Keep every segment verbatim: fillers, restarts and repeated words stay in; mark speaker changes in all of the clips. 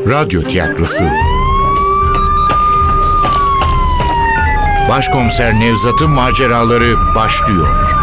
Speaker 1: Radyo tiyatrosu. Başkomiser Nevzat'ın maceraları başlıyor.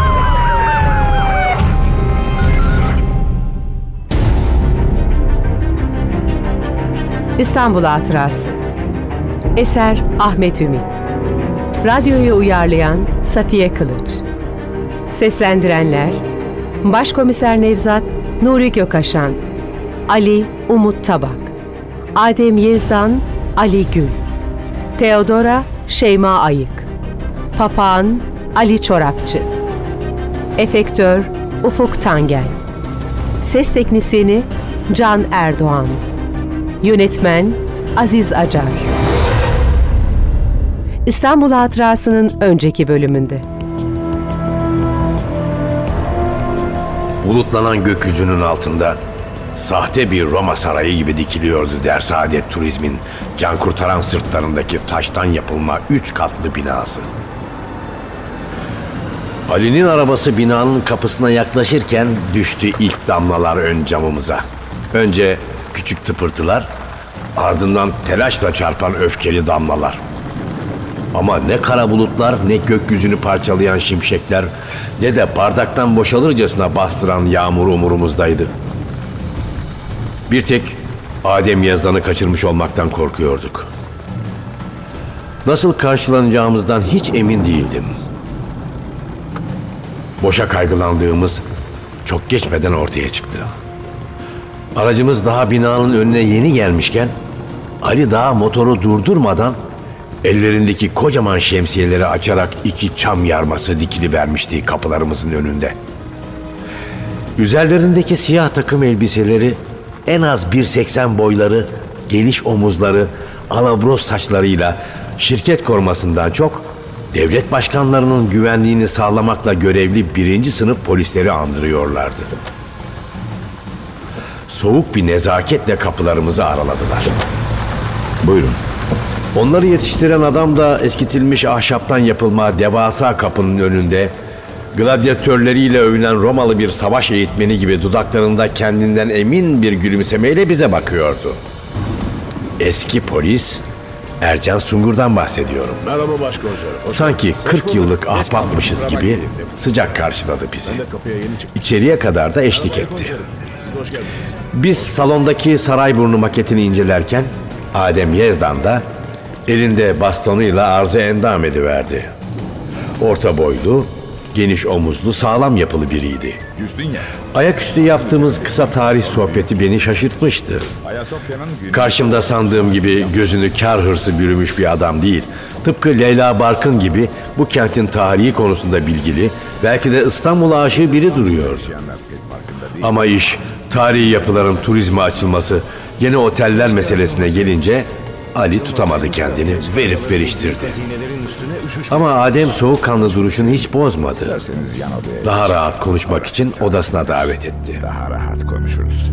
Speaker 2: İstanbul Hatırası. Eser Ahmet Ümit. Radyoya uyarlayan Safiye Kılıç. Seslendirenler: Başkomiser Nevzat Nuri Gökaşan, Ali Umut Tabak, Adem Yezdan Ali Gül, Teodora Şeyma Ayık, Papağan Ali Çorapçı, Efektör Ufuk Tangel, Ses Teknisyeni Can Erdoğan, Yönetmen Aziz Acar. İstanbul Hatırası'nın önceki bölümünde.
Speaker 3: Bulutlanan gökyüzünün altında sahte bir Roma sarayı gibi dikiliyordu Der Saadet Turizm'in can kurtaran sırtlarındaki taştan yapılma üç katlı binası. Ali'nin arabası binanın kapısına yaklaşırken düştü ilk damlalar ön camımıza. Önce küçük tıpırtılar, ardından telaşla çarpan öfkeli damlalar. Ama ne kara bulutlar, ne gökyüzünü parçalayan şimşekler, ne de bardaktan boşalırcasına bastıran yağmur umurumuzdaydı. Bir tek Adem Yazdan'ı kaçırmış olmaktan korkuyorduk. Nasıl karşılanacağımızdan hiç emin değildim. Boşa kaygılandığımız çok geçmeden ortaya çıktı. Aracımız daha binanın önüne yeni gelmişken Ali daha motoru durdurmadan ellerindeki kocaman şemsiyeleri açarak iki çam yarması dikili vermişti kapılarımızın önünde. Üzerlerindeki siyah takım elbiseleri, en az bir seksen boyları, geniş omuzları, alabros saçlarıyla şirket korumasından çok devlet başkanlarının güvenliğini sağlamakla görevli birinci sınıf polisleri andırıyorlardı. Soğuk bir nezaketle kapılarımızı araladılar.
Speaker 4: Buyurun.
Speaker 3: Onları yetiştiren adam da eskitilmiş ahşaptan yapılma devasa kapının önünde gladyatörleriyle övünen Romalı bir savaş eğitmeni gibi dudaklarında kendinden emin bir gülümsemeyle bize bakıyordu. Eski polis Ercan Sungur'dan bahsediyorum.
Speaker 4: Merhaba başkomiser.
Speaker 3: Sanki kırk yıllık ahbapmışız gibi sıcak karşıladı bizi. İçeriye kadar da eşlik etti. Biz salondaki Sarayburnu maketini incelerken Adem Yezdan da elinde bastonuyla arıza endam ediverdi. Orta boylu, geniş omuzlu, sağlam yapılı biriydi. Ayaküstü yaptığımız kısa tarih sohbeti beni şaşırtmıştı. Karşımda sandığım gibi gözünü kar hırsı bürümüş bir adam değil. Tıpkı Leyla Barkın gibi bu kentin tarihi konusunda bilgili, belki de İstanbul aşığı biri duruyordu. Ama iş tarihi yapıların turizme açılması, yeni oteller meselesine gelince Ali tutamadı kendini, verip veriştirdi. Ama Adem soğukkanlı duruşunu hiç bozmadı. Daha rahat konuşmak için odasına davet etti.
Speaker 4: Daha rahat konuşuruz.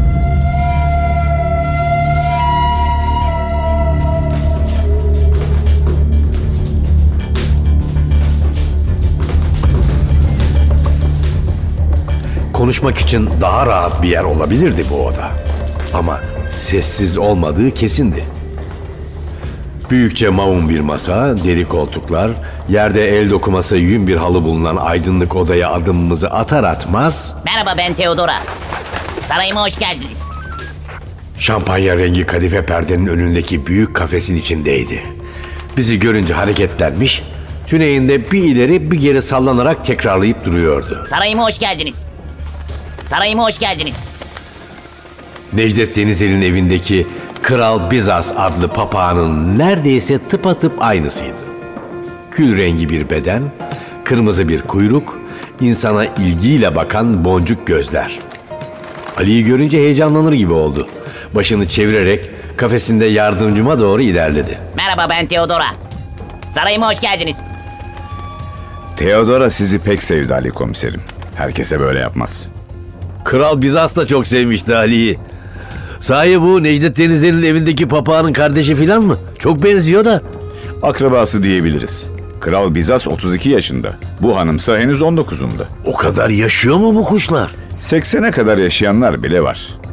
Speaker 3: Konuşmak için daha rahat bir yer olabilirdi bu oda. Ama sessiz olmadığı kesindi. Büyükçe mavun bir masa, deri koltuklar, yerde el dokuması yün bir halı bulunan aydınlık odaya adımımızı atar atmaz...
Speaker 5: Merhaba, ben Teodora. Sarayıma hoş geldiniz.
Speaker 3: Şampanya rengi kadife perdenin önündeki büyük kafesin içindeydi. Bizi görünce hareketlenmiş, tüneyinde bir ileri bir geri sallanarak tekrarlayıp duruyordu.
Speaker 5: Sarayıma hoş geldiniz. Sarayıma hoş geldiniz.
Speaker 3: Necdet Denizel'in evindeki Kral Bizas adlı papağanın neredeyse tıpatıp aynısıydı. Kül rengi bir beden, kırmızı bir kuyruk, insana ilgiyle bakan boncuk gözler. Ali'yi görünce heyecanlanır gibi oldu. Başını çevirerek kafesinde yardımcıma doğru ilerledi.
Speaker 5: Merhaba, ben Teodora. Sarayıma hoş geldiniz.
Speaker 4: Teodora sizi pek sevdi Ali komiserim. Herkese böyle yapmaz.
Speaker 3: Kral Bizas da çok sevmişti Ali'yi. Sahi bu Necdet Denizel'in evindeki papağanın kardeşi filan mı? Çok benziyor da.
Speaker 4: Akrabası diyebiliriz. Kral Bizas otuz iki yaşında. Bu hanımsa henüz on dokuzunda.
Speaker 3: O kadar yaşıyor mu bu kuşlar?
Speaker 4: seksene kadar yaşayanlar bile var.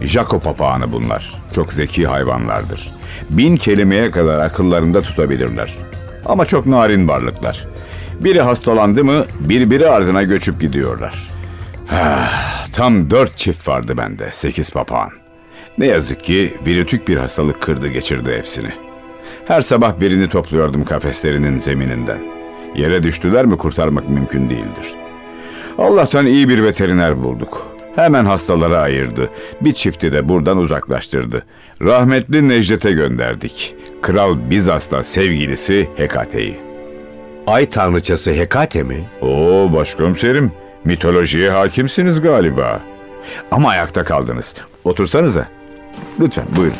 Speaker 4: Jaco papağanı bunlar. Çok zeki hayvanlardır. Bin kelimeye kadar akıllarında tutabilirler. Ama çok narin varlıklar. Biri hastalandı mı birbiri ardına göçüp gidiyorlar. Ah, tam dört çift vardı bende, sekiz papağan. Ne yazık ki virütük bir hastalık kırdı geçirdi hepsini. Her sabah birini topluyordum kafeslerinin zemininden. Yere düştüler mi kurtarmak mümkün değildir. Allah'tan iyi bir veteriner bulduk. Hemen hastaları ayırdı. Bir çifti de buradan uzaklaştırdı. Rahmetli Necdet'e gönderdik. Kral Bizas'la sevgilisi Hekate'yi.
Speaker 3: Ay tanrıçası Hekate mi?
Speaker 4: Oo başkomiserim, mitolojiye hakimsiniz galiba. Ama ayakta kaldınız. Otursanıza. Lütfen buyurun.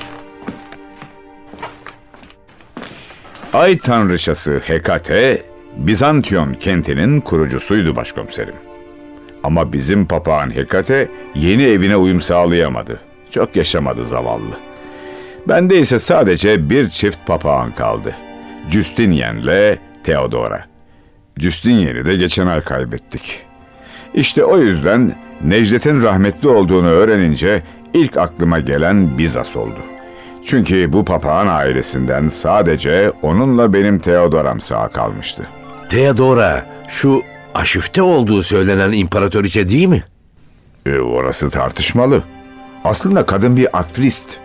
Speaker 4: Ay tanrıçası Hekate, Bizantiyon kentinin kurucusuydu başkomiserim. Ama bizim papağan Hekate yeni evine uyum sağlayamadı. Çok yaşamadı zavallı. Bende ise sadece bir çift papağan kaldı. Justinian'le Theodora. Justinian'i de geçen ay kaybettik. İşte o yüzden Necdet'in rahmetli olduğunu öğrenince ilk aklıma gelen Bizas oldu. Çünkü bu papağan ailesinden sadece onunla benim Theodora'm sağ kalmıştı.
Speaker 3: Theodora, şu aşüfte olduğu söylenen imparatoriçe değil mi?
Speaker 4: E, orası tartışmalı. Aslında kadın bir aktrist.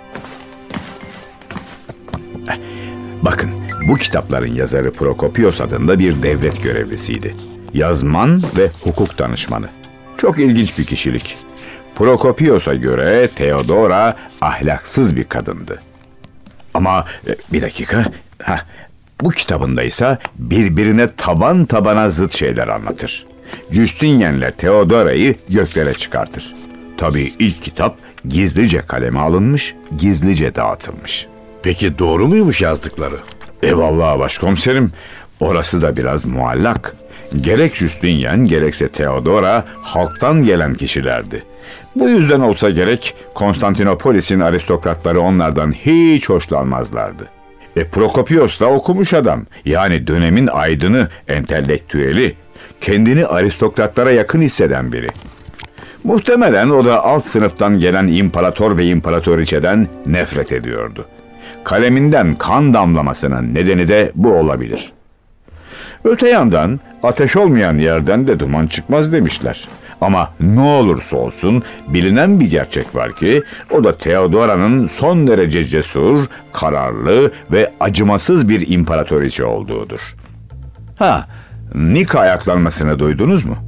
Speaker 4: Bakın, bu kitapların yazarı Prokopios adında bir devlet görevlisiydi. Yazman ve hukuk danışmanı. Çok ilginç bir kişilik. Prokopios'a göre Theodora ahlaksız bir kadındı. Ama e, bir dakika, ha, bu kitabında ise birbirine taban tabana zıt şeyler anlatır. Justinian'le Theodora'yı göklere çıkartır. Tabii ilk kitap gizlice kaleme alınmış, gizlice dağıtılmış.
Speaker 3: Peki doğru muymuş yazdıkları?
Speaker 4: Eyvallah başkomiserim, orası da biraz muallak. Gerek Justinian gerekse Theodora halktan gelen kişilerdi. Bu yüzden olsa gerek Konstantinopolis'in aristokratları onlardan hiç hoşlanmazlardı. E Prokopios da okumuş adam, yani dönemin aydını, entelektüeli, kendini aristokratlara yakın hisseden biri. Muhtemelen o da alt sınıftan gelen imparator ve imparatoriçeden nefret ediyordu. Kaleminden kan damlamasının nedeni de bu olabilir. Öte yandan ateş olmayan yerden de duman çıkmaz demişler. Ama ne olursa olsun bilinen bir gerçek var ki o da Theodora'nın son derece cesur, kararlı ve acımasız bir imparatoriçe olduğudur. Ha, Nika ayaklanmasını duydunuz mu?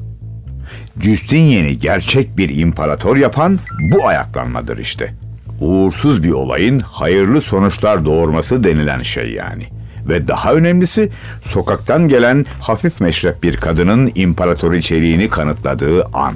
Speaker 4: Justinian'i gerçek bir imparator yapan bu ayaklanmadır işte. Uğursuz bir olayın hayırlı sonuçlar doğurması denilen şey yani. Ve daha önemlisi sokaktan gelen hafif meşrep bir kadının imparatoriçeliğini kanıtladığı an.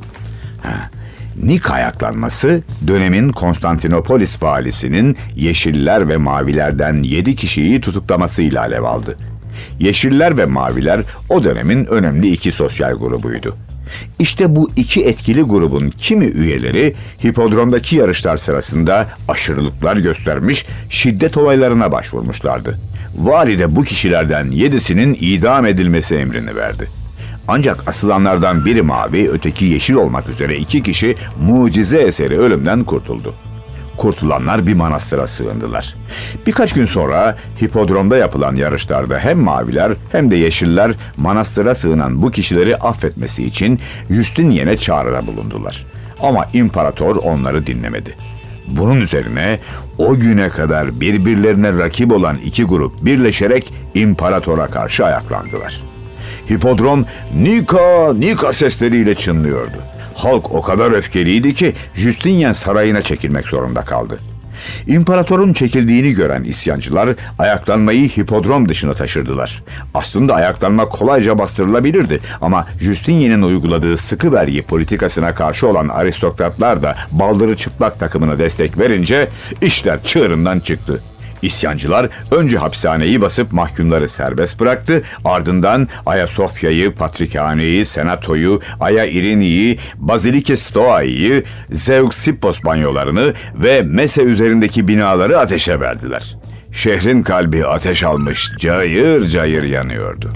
Speaker 4: Ha, Nika ayaklanması dönemin Konstantinopolis valisinin Yeşiller ve Mavilerden yedi kişiyi tutuklamasıyla alev aldı. Yeşiller ve Maviler o dönemin önemli iki sosyal grubuydu. İşte bu iki etkili grubun kimi üyeleri hipodromdaki yarışlar sırasında aşırılıklar göstermiş, şiddet olaylarına başvurmuşlardı. Vali de bu kişilerden yedisinin idam edilmesi emrini verdi. Ancak asılanlardan biri mavi, öteki yeşil olmak üzere iki kişi mucize eseri ölümden kurtuldu. Kurtulanlar bir manastıra sığındılar. Birkaç gün sonra hipodromda yapılan yarışlarda hem maviler hem de yeşiller manastıra sığınan bu kişileri affetmesi için Justinian'e çağrıda bulundular. Ama imparator onları dinlemedi. Bunun üzerine o güne kadar birbirlerine rakip olan iki grup birleşerek imparatora karşı ayaklandılar. Hipodrom "Nika, Nika" sesleriyle çınlıyordu. Halk o kadar öfkeliydi ki Justinian sarayına çekilmek zorunda kaldı. İmparatorun çekildiğini gören isyancılar ayaklanmayı hipodrom dışına taşırdılar. Aslında ayaklanma kolayca bastırılabilirdi ama Justinian'in uyguladığı sıkı vergi politikasına karşı olan aristokratlar da baldırı çıplak takımına destek verince işler çığırından çıktı. İsyancılar önce hapishaneyi basıp mahkumları serbest bıraktı, ardından Ayasofya'yı, Patrikhane'yi, Senato'yu, Aya İrini'yi, Bazilike Stoa'yı, Zeuxippos banyolarını ve Mese üzerindeki binaları ateşe verdiler. Şehrin kalbi ateş almış, cayır cayır yanıyordu.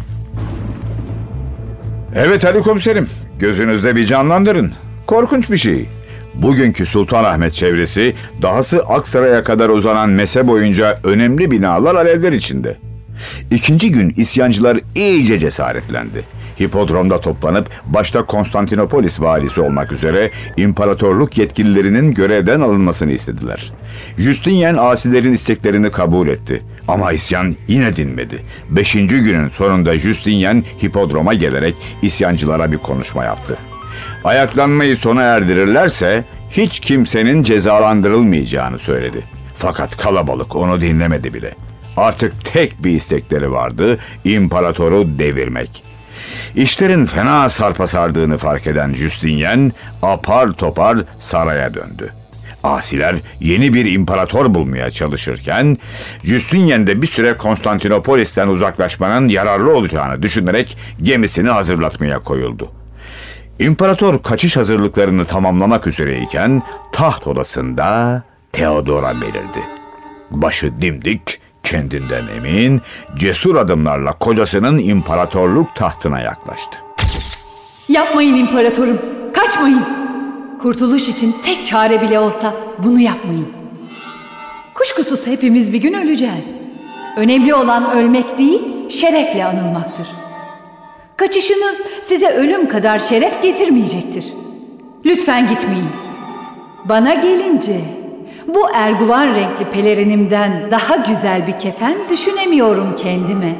Speaker 4: Evet Ali komiserim, gözünüzde bir canlandırın. Korkunç bir şey. Bugünkü Sultanahmet çevresi, dahası Aksaray'a kadar uzanan mese boyunca önemli binalar alevler içinde. İkinci gün isyancılar iyice cesaretlendi. Hipodromda toplanıp başta Konstantinopolis valisi olmak üzere imparatorluk yetkililerinin görevden alınmasını istediler. Justinian asilerin isteklerini kabul etti. Ama isyan yine dinmedi. Beşinci günün sonunda Justinian hipodroma gelerek isyancılara bir konuşma yaptı. Ayaklanmayı sona erdirirlerse hiç kimsenin cezalandırılmayacağını söyledi. Fakat kalabalık onu dinlemedi bile. Artık tek bir istekleri vardı, imparatoru devirmek. İşlerin fena sarpa sardığını fark eden Justinian apar topar saraya döndü. Asiler yeni bir imparator bulmaya çalışırken Justinian de bir süre Konstantinopolis'ten uzaklaşmanın yararlı olacağını düşünerek gemisini hazırlatmaya koyuldu. İmparator kaçış hazırlıklarını tamamlamak üzereyken taht odasında Theodora belirdi. Başı dimdik, kendinden emin, cesur adımlarla kocasının imparatorluk tahtına yaklaştı.
Speaker 6: Yapmayın imparatorum, kaçmayın. Kurtuluş için tek çare bile olsa bunu yapmayın. Kuşkusuz hepimiz bir gün öleceğiz. Önemli olan ölmek değil, şerefle anılmaktır. Kaçışınız size ölüm kadar şeref getirmeyecektir. Lütfen gitmeyin. Bana gelince bu erguvan renkli pelerinimden daha güzel bir kefen düşünemiyorum kendime.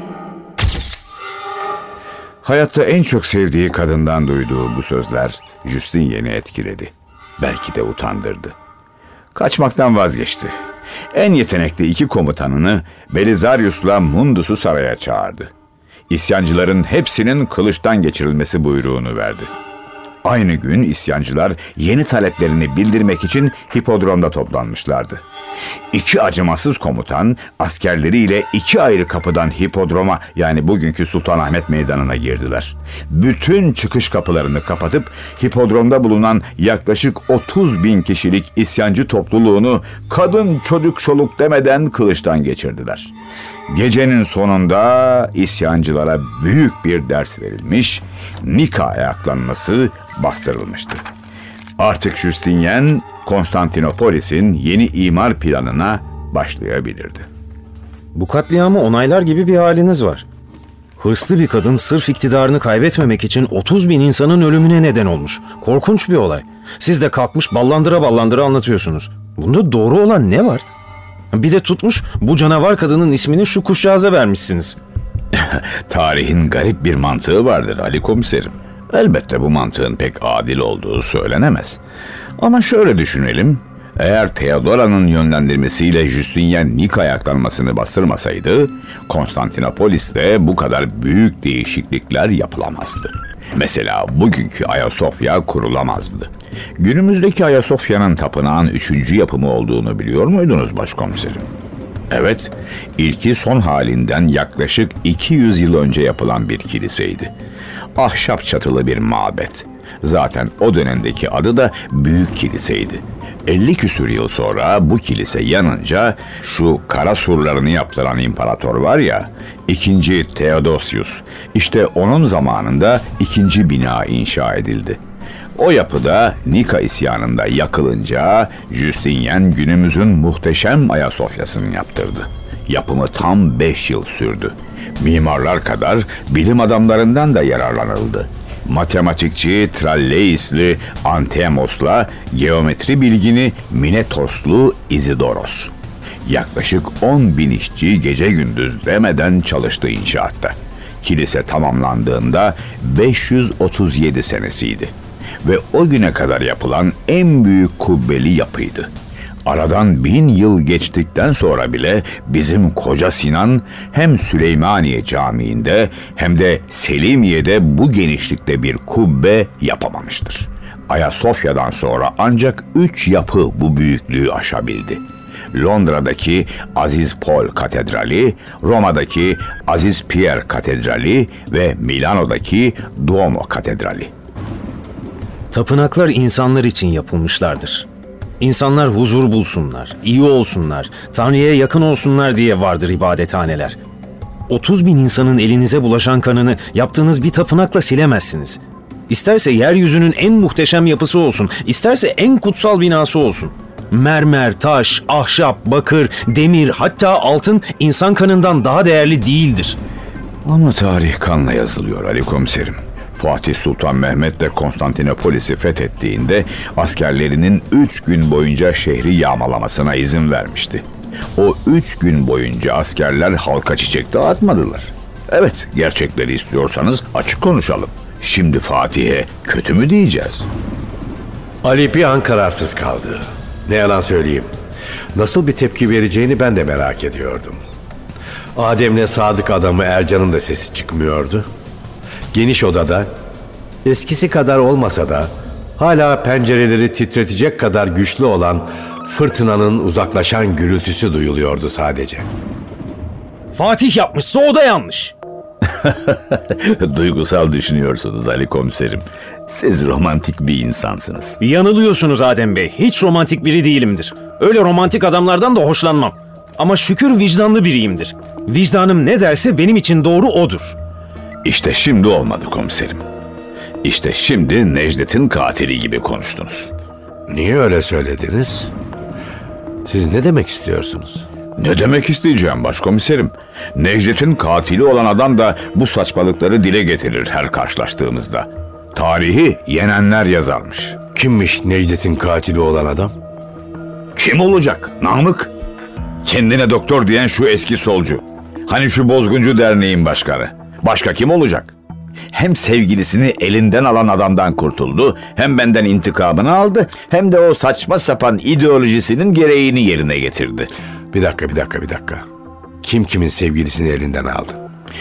Speaker 4: Hayatta en çok sevdiği kadından duyduğu bu sözler Justinian'i etkiledi. Belki de utandırdı. Kaçmaktan vazgeçti. En yetenekli iki komutanını Belisarius'la Mundus'u saraya çağırdı. İsyancıların hepsinin kılıçtan geçirilmesi buyruğunu verdi. Aynı gün isyancılar yeni taleplerini bildirmek için hipodromda toplanmışlardı. İki acımasız komutan askerleriyle iki ayrı kapıdan hipodroma, yani bugünkü Sultanahmet Meydanı'na girdiler. Bütün çıkış kapılarını kapatıp hipodromda bulunan yaklaşık otuz bin kişilik isyancı topluluğunu kadın çocuk çoluk demeden kılıçtan geçirdiler. Gecenin sonunda isyancılara büyük bir ders verilmiş, Nika ayaklanması bastırılmıştı. Artık Justinian, Konstantinopolis'in yeni imar planına başlayabilirdi.
Speaker 7: Bu katliamı onaylar gibi bir haliniz var. Hırslı bir kadın sırf iktidarını kaybetmemek için otuz bin insanın ölümüne neden olmuş. Korkunç bir olay. Siz de kalkmış ballandıra ballandıra anlatıyorsunuz. Bunda doğru olan ne var? Bir de tutmuş bu canavar kadının ismini şu kuşcağıza vermişsiniz.
Speaker 4: Tarihin garip bir mantığı vardır Ali komiserim. Elbette bu mantığın pek adil olduğu söylenemez. Ama şöyle düşünelim. Eğer Theodora'nın yönlendirmesiyle Justinian Nika ayaklanmasını bastırmasaydı, Konstantinopolis'te bu kadar büyük değişiklikler yapılamazdı. Mesela bugünkü Ayasofya kurulamazdı. Günümüzdeki Ayasofya'nın tapınağın üçüncü yapımı olduğunu biliyor muydunuz başkomiserim? Evet, ilki son halinden yaklaşık iki yüz yıl önce yapılan bir kiliseydi. Ahşap çatılı bir mabet. Zaten o dönemdeki adı da Büyük Kiliseydi. elli küsür yıl sonra bu kilise yanınca şu kara surlarını yaptıran imparator var ya, ikinci Theodosius, işte onun zamanında ikinci bina inşa edildi. O yapıda Nika isyanında yakılınca Justinian günümüzün muhteşem Ayasofya'sını yaptırdı. Yapımı tam beş yıl sürdü. Mimarlar kadar bilim adamlarından da yararlanıldı. Matematikçi Tralleisli Antemos'la geometri bilgini Minetoslu Izidoros. Yaklaşık on bin işçi gece gündüz demeden çalıştı inşaatta. Kilise tamamlandığında beş yüz otuz yedi senesiydi. Ve o güne kadar yapılan en büyük kubbeli yapıydı. Aradan bin yıl geçtikten sonra bile bizim Koca Sinan hem Süleymaniye Camii'nde hem de Selimiye'de bu genişlikte bir kubbe yapamamıştır. Ayasofya'dan sonra ancak üç yapı bu büyüklüğü aşabildi. Londra'daki Aziz Paul Katedrali, Roma'daki Aziz Pierre Katedrali ve Milano'daki Duomo Katedrali.
Speaker 7: Tapınaklar insanlar için yapılmışlardır. İnsanlar huzur bulsunlar, iyi olsunlar, Tanrı'ya yakın olsunlar diye vardır ibadethaneler. otuz bin insanın elinize bulaşan kanını yaptığınız bir tapınakla silemezsiniz. İsterse yeryüzünün en muhteşem yapısı olsun, isterse en kutsal binası olsun. Mermer, taş, ahşap, bakır, demir, hatta altın insan kanından daha değerli değildir.
Speaker 4: Ama tarih kanla yazılıyor Ali Komiserim. Fatih Sultan Mehmet de Konstantinopolis'i fethettiğinde askerlerinin üç gün boyunca şehri yağmalamasına izin vermişti. O üç gün boyunca askerler halka çiçek dağıtmadılar. Evet, gerçekleri istiyorsanız açık konuşalım. Şimdi Fatih'e kötü mü diyeceğiz?
Speaker 3: Ali bir an kararsız kaldı. Ne yalan söyleyeyim. Nasıl bir tepki vereceğini ben de merak ediyordum. Adem'le sadık adamı Ercan'ın da sesi çıkmıyordu. Geniş odada, eskisi kadar olmasa da hala pencereleri titretecek kadar güçlü olan fırtınanın uzaklaşan gürültüsü duyuluyordu sadece.
Speaker 7: Fatih yapmışsa o da yanlış.
Speaker 4: Duygusal düşünüyorsunuz Ali Komiserim. Siz romantik bir insansınız.
Speaker 7: Yanılıyorsunuz Adem Bey. Hiç romantik biri değilimdir. Öyle romantik adamlardan da hoşlanmam. Ama şükür vicdanlı biriyimdir. Vicdanım ne derse benim için doğru odur.
Speaker 4: İşte şimdi olmadı komiserim. İşte şimdi Necdet'in katili gibi konuştunuz.
Speaker 3: Niye öyle söylediniz? Siz ne demek istiyorsunuz?
Speaker 4: Ne demek isteyeceğim başkomiserim? Necdet'in katili olan adam da bu saçmalıkları dile getirir her karşılaştığımızda. Tarihi yenenler yazarmış.
Speaker 3: Kimmiş Necdet'in katili olan adam?
Speaker 4: Kim olacak? Namık. Kendine doktor diyen şu eski solcu. Hani şu Bozguncu Derneği'nin başkanı. Başka kim olacak? Hem sevgilisini elinden alan adamdan kurtuldu, hem benden intikamını aldı, hem de o saçma sapan ideolojisinin gereğini yerine getirdi.
Speaker 3: Bir dakika, bir dakika, bir dakika. Kim kimin sevgilisini elinden aldı?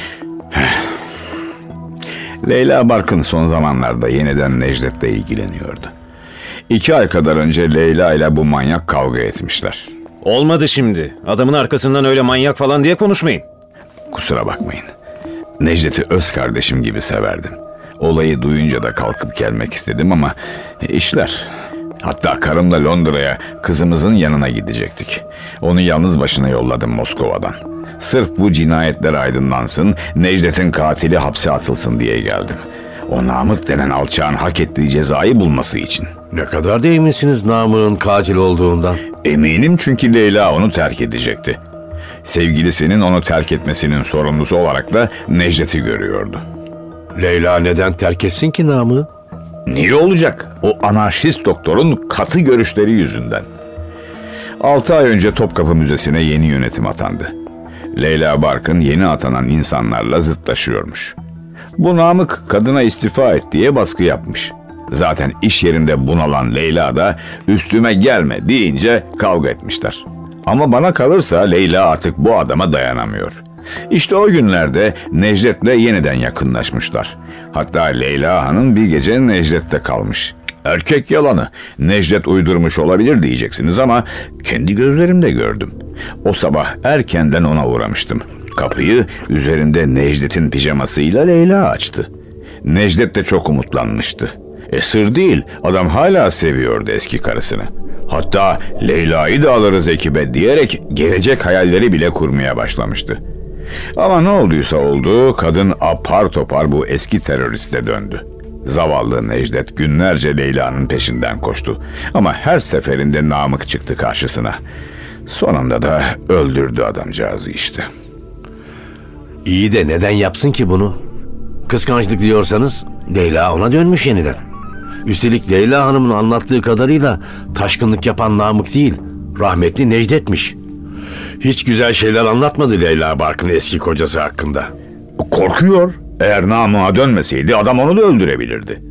Speaker 4: Leyla Barkın son zamanlarda yeniden Necdet'le ilgileniyordu. İki ay kadar önce Leyla ile bu manyak kavga etmişler.
Speaker 7: Olmadı şimdi. Adamın arkasından öyle manyak falan diye konuşmayın.
Speaker 4: Kusura bakmayın. Necdet'i öz kardeşim gibi severdim. Olayı duyunca da kalkıp gelmek istedim ama işler. Hatta karımla Londra'ya kızımızın yanına gidecektik. Onu yalnız başına yolladım Moskova'dan. Sırf bu cinayetler aydınlansın, Necdet'in katili hapse atılsın diye geldim. O Namık denen alçağın hak ettiği cezayı bulması için.
Speaker 3: Ne kadar da eminsiniz Namık'ın katil olduğundan?
Speaker 4: Eminim çünkü Leyla onu terk edecekti. Sevgilisinin onu terk etmesinin sorumlusu olarak da Necdet'i görüyordu.
Speaker 3: Leyla neden terk etsin ki Namık'ı?
Speaker 4: Niye olacak? O anarşist doktorun katı görüşleri yüzünden. Altı ay önce Topkapı Müzesi'ne yeni yönetim atandı. Leyla Barkın yeni atanan insanlarla zıtlaşıyormuş. Bu Namık kadına istifa et diye baskı yapmış. Zaten iş yerinde bunalan Leyla da üstüme gelme deyince kavga etmişler. Ama bana kalırsa Leyla artık bu adama dayanamıyor. İşte o günlerde Necdet'le yeniden yakınlaşmışlar. Hatta Leyla Hanım bir gece Necdet'te kalmış. Erkek yalanı. Necdet uydurmuş olabilir diyeceksiniz ama kendi gözlerimde gördüm. O sabah erkenden ona uğramıştım. Kapıyı üzerinde Necdet'in pijamasıyla Leyla açtı. Necdet de çok umutlanmıştı. E sır değil, adam hala seviyordu eski karısını. Hatta Leyla'yı da alırız ekibe diyerek gelecek hayalleri bile kurmaya başlamıştı. Ama ne olduysa oldu, kadın apar topar bu eski teröriste döndü. Zavallı Necdet günlerce Leyla'nın peşinden koştu. Ama her seferinde Namık çıktı karşısına. Sonunda da öldürdü adamcağızı işte.
Speaker 3: İyi de neden yapsın ki bunu? Kıskançlık diyorsanız Leyla ona dönmüş yeniden. Üstelik Leyla Hanım'ın anlattığı kadarıyla taşkınlık yapan Namık değil, rahmetli Necdet'miş. Hiç güzel şeyler anlatmadı Leyla Barkın eski kocası hakkında.
Speaker 4: Korkuyor. Eğer Namık'a dönmeseydi adam onu da öldürebilirdi.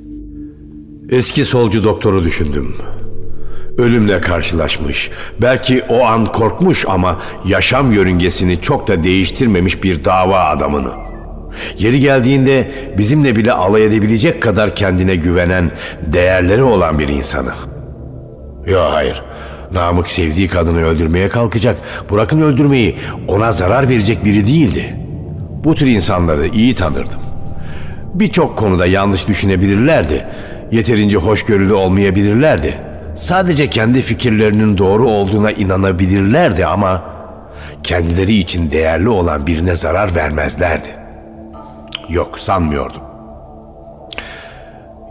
Speaker 3: Eski solcu doktoru düşündüm. Ölümle karşılaşmış. Belki o an korkmuş ama yaşam yörüngesini çok da değiştirmemiş bir dava adamını. Yeri geldiğinde bizimle bile alay edebilecek kadar kendine güvenen, değerleri olan bir insanı. Yok hayır. Namık sevdiği kadını öldürmeye kalkacak. Bırakın öldürmeyi, ona zarar verecek biri değildi. Bu tür insanları iyi tanırdım. Birçok konuda yanlış düşünebilirlerdi. Yeterince hoşgörülü olmayabilirlerdi. Sadece kendi fikirlerinin doğru olduğuna inanabilirlerdi ama kendileri için değerli olan birine zarar vermezlerdi. Yok, sanmıyordum.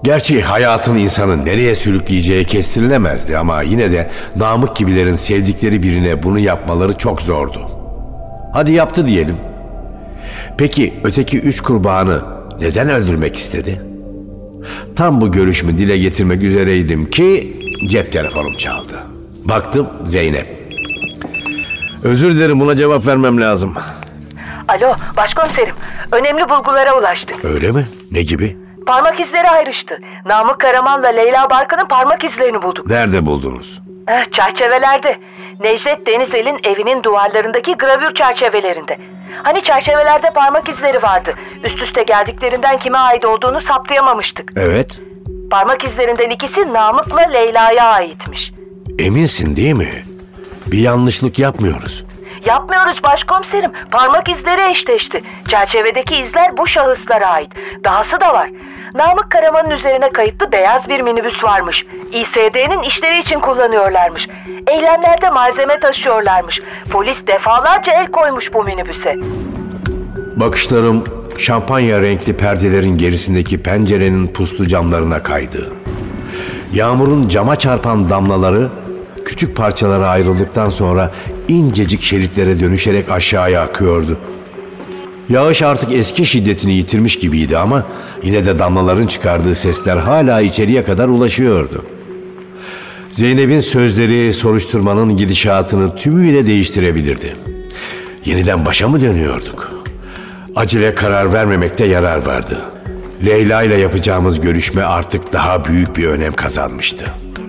Speaker 3: Gerçi hayatın insanı nereye sürükleyeceği kestirilemezdi ama yine de Namık gibilerin sevdikleri birine bunu yapmaları çok zordu. Hadi yaptı diyelim. Peki öteki üç kurbanı neden öldürmek istedi? Tam bu görüşümü dile getirmek üzereydim ki cep telefonum çaldı. Baktım Zeynep. Özür dilerim, buna cevap vermem lazım.
Speaker 8: Alo başkomiserim, önemli bulgulara ulaştık.
Speaker 3: Öyle mi? Ne gibi?
Speaker 8: Parmak izleri ayrıştı. Namık Karaman'la Leyla Barkın'ın parmak izlerini bulduk.
Speaker 3: Nerede buldunuz?
Speaker 8: Eh, çerçevelerde. Necdet Denizel'in evinin duvarlarındaki gravür çerçevelerinde. Hani çerçevelerde parmak izleri vardı. Üst üste geldiklerinden kime ait olduğunu saptayamamıştık.
Speaker 3: Evet.
Speaker 8: Parmak izlerinden ikisi Namık'la Leyla'ya aitmiş.
Speaker 3: Eminsin değil mi? Bir yanlışlık yapmıyoruz.
Speaker 8: Yapmıyoruz başkomiserim. Parmak izleri eşleşti. Çerçevedeki izler bu şahıslara ait. Dahası da var. Namık Karaman'ın üzerine kayıtlı beyaz bir minibüs varmış. İ S D'nin işleri için kullanıyorlarmış. Eylemlerde malzeme taşıyorlarmış. Polis defalarca el koymuş bu minibüse.
Speaker 3: Bakışlarım şampanya renkli perdelerin gerisindeki pencerenin puslu camlarına kaydı. Yağmurun cama çarpan damlaları küçük parçalara ayrıldıktan sonra incecik şeritlere dönüşerek aşağıya akıyordu. Yağış artık eski şiddetini yitirmiş gibiydi ama yine de damlaların çıkardığı sesler hala içeriye kadar ulaşıyordu. Zeynep'in sözleri soruşturmanın gidişatını tümüyle değiştirebilirdi. Yeniden başa mı dönüyorduk? Acele karar vermemekte yarar vardı. Leyla ile yapacağımız görüşme artık daha büyük bir önem kazanmıştı.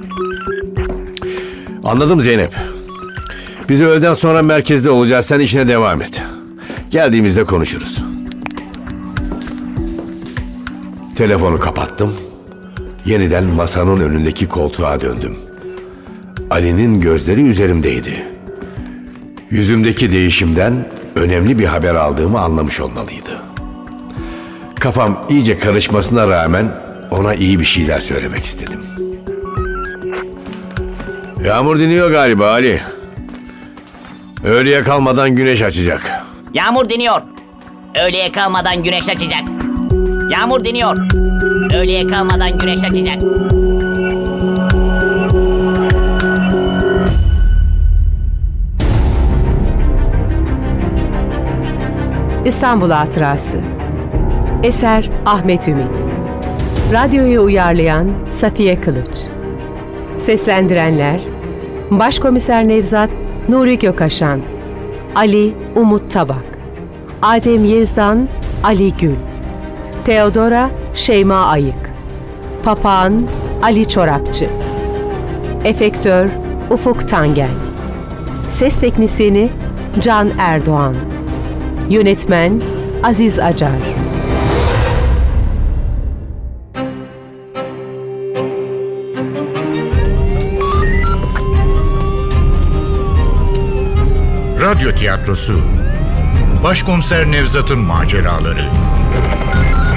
Speaker 3: Anladım Zeynep. Biz öğleden sonra merkezde olacağız. Sen işine devam et. Geldiğimizde konuşuruz. Telefonu kapattım. Yeniden masanın önündeki koltuğa döndüm. Ali'nin gözleri üzerimdeydi. Yüzümdeki değişimden önemli bir haber aldığımı anlamış olmalıydı. Kafam iyice karışmasına rağmen ona iyi bir şeyler söylemek istedim. Yağmur diniyor galiba Ali. Öğleye kalmadan güneş açacak.
Speaker 5: Yağmur diniyor. Öğleye kalmadan güneş açacak. Yağmur diniyor. Öğleye kalmadan güneş açacak.
Speaker 2: İstanbul Hatırası. Eser Ahmet Ümit. Radyoyu uyarlayan Safiye Kılıç. Seslendirenler: Başkomiser Nevzat Nuri Gökaşan, Ali Umut Tabak, Adem Yezdan Ali Gül, Teodora Şeyma Ayık, Papağan Ali Çorapçı, Efektör Ufuk Tangel, Ses Teknisyeni Can Erdoğan, Yönetmen Aziz Acar.
Speaker 1: Radyo tiyatrosu Başkomiser Nevzat'ın maceraları.